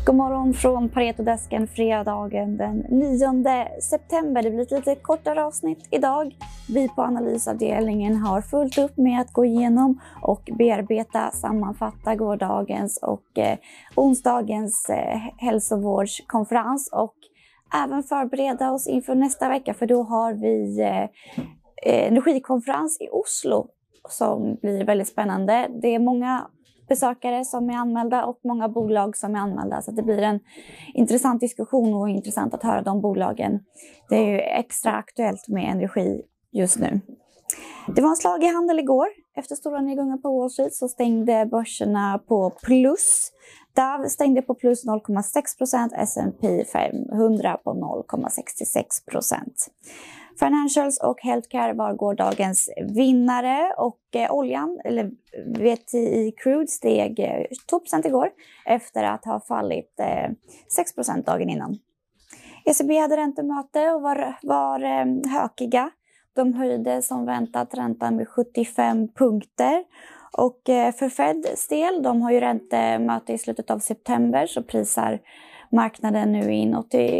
God morgon från Paretodesken fredagen den 9 september. Det blir ett lite kortare avsnitt idag. Vi på analysavdelningen har fullt upp med att gå igenom och bearbeta, sammanfatta gårdagens och onsdagens hälsovårdskonferens och även förbereda oss inför nästa vecka, för då har vi energikonferens i Oslo som blir väldigt spännande. Det är många besökare som är anmälda och många bolag som är anmälda, så det blir en intressant diskussion och intressant att höra de bolagen. Det är ju extra aktuellt med energi just nu. Det var en slag i handel igår. Efter stora nedgångar på Wall Street så stängde börserna på plus. Dow stängde på plus 0,6%, S&P 500 på 0,66%. Financials och Healthcare var gårdagens vinnare och oljan, eller VTI Crude, steg 2% igår efter att ha fallit 6% dagen innan. ECB hade räntemöte och var hökiga. De höjde som väntat räntan med 75 punkter. Och för Feds del, de har ju räntemöte i slutet av september, så prisar marknaden nu in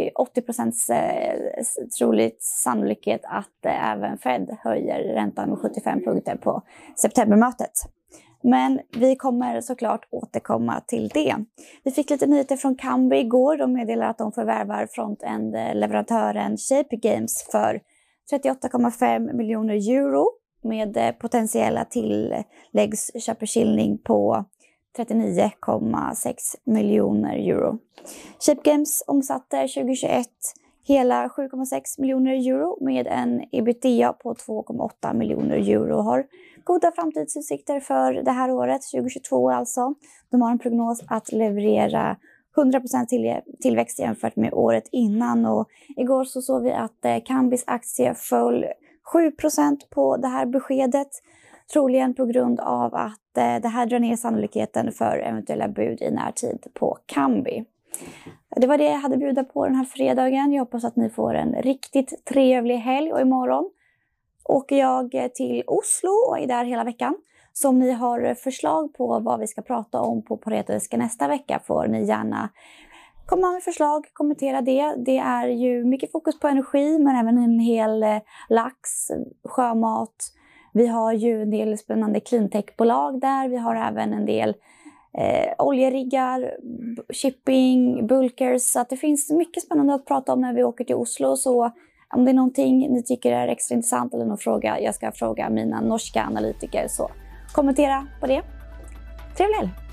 80% troligt sannolikhet att även Fed höjer räntan med 75 punkter på septembermötet. Men vi kommer såklart återkomma till det. Vi fick lite nyheter från Kambi igår. De meddelar att de förvärvar front-end-leverantören Shape Games för 38,5 miljoner euro med potentiella tilläggsköpeskilling på 39,6 miljoner euro. Shape Games omsatte 2021 hela 7,6 miljoner euro med en EBITDA på 2,8 miljoner euro. Har goda framtidsutsikter för det här året, 2022 alltså. De har en prognos att leverera 100% tillväxt jämfört med året innan, och igår så såg vi att Kambis aktie föll 7% på det här beskedet. Troligen på grund av att det här drar ner sannolikheten för eventuella bud i närtid på Kambi. Det var det jag hade bjuda på den här fredagen. Jag hoppas att ni får en riktigt trevlig helg, och imorgon åker jag till Oslo och är där hela veckan. Så om ni har förslag på vad vi ska prata om på Paretodesken nästa vecka får ni gärna komma med förslag, kommentera det. Det är ju mycket fokus på energi, men även en hel lax, sjömat. Vi har ju en del spännande cleantech-bolag där. Vi har även en del oljeriggar, shipping, bulkers. Så att det finns mycket spännande att prata om när vi åker till Oslo. Så om det är någonting ni tycker är extra intressant eller någon fråga jag ska fråga mina norska analytiker, så kommentera på det. Trevlig helg!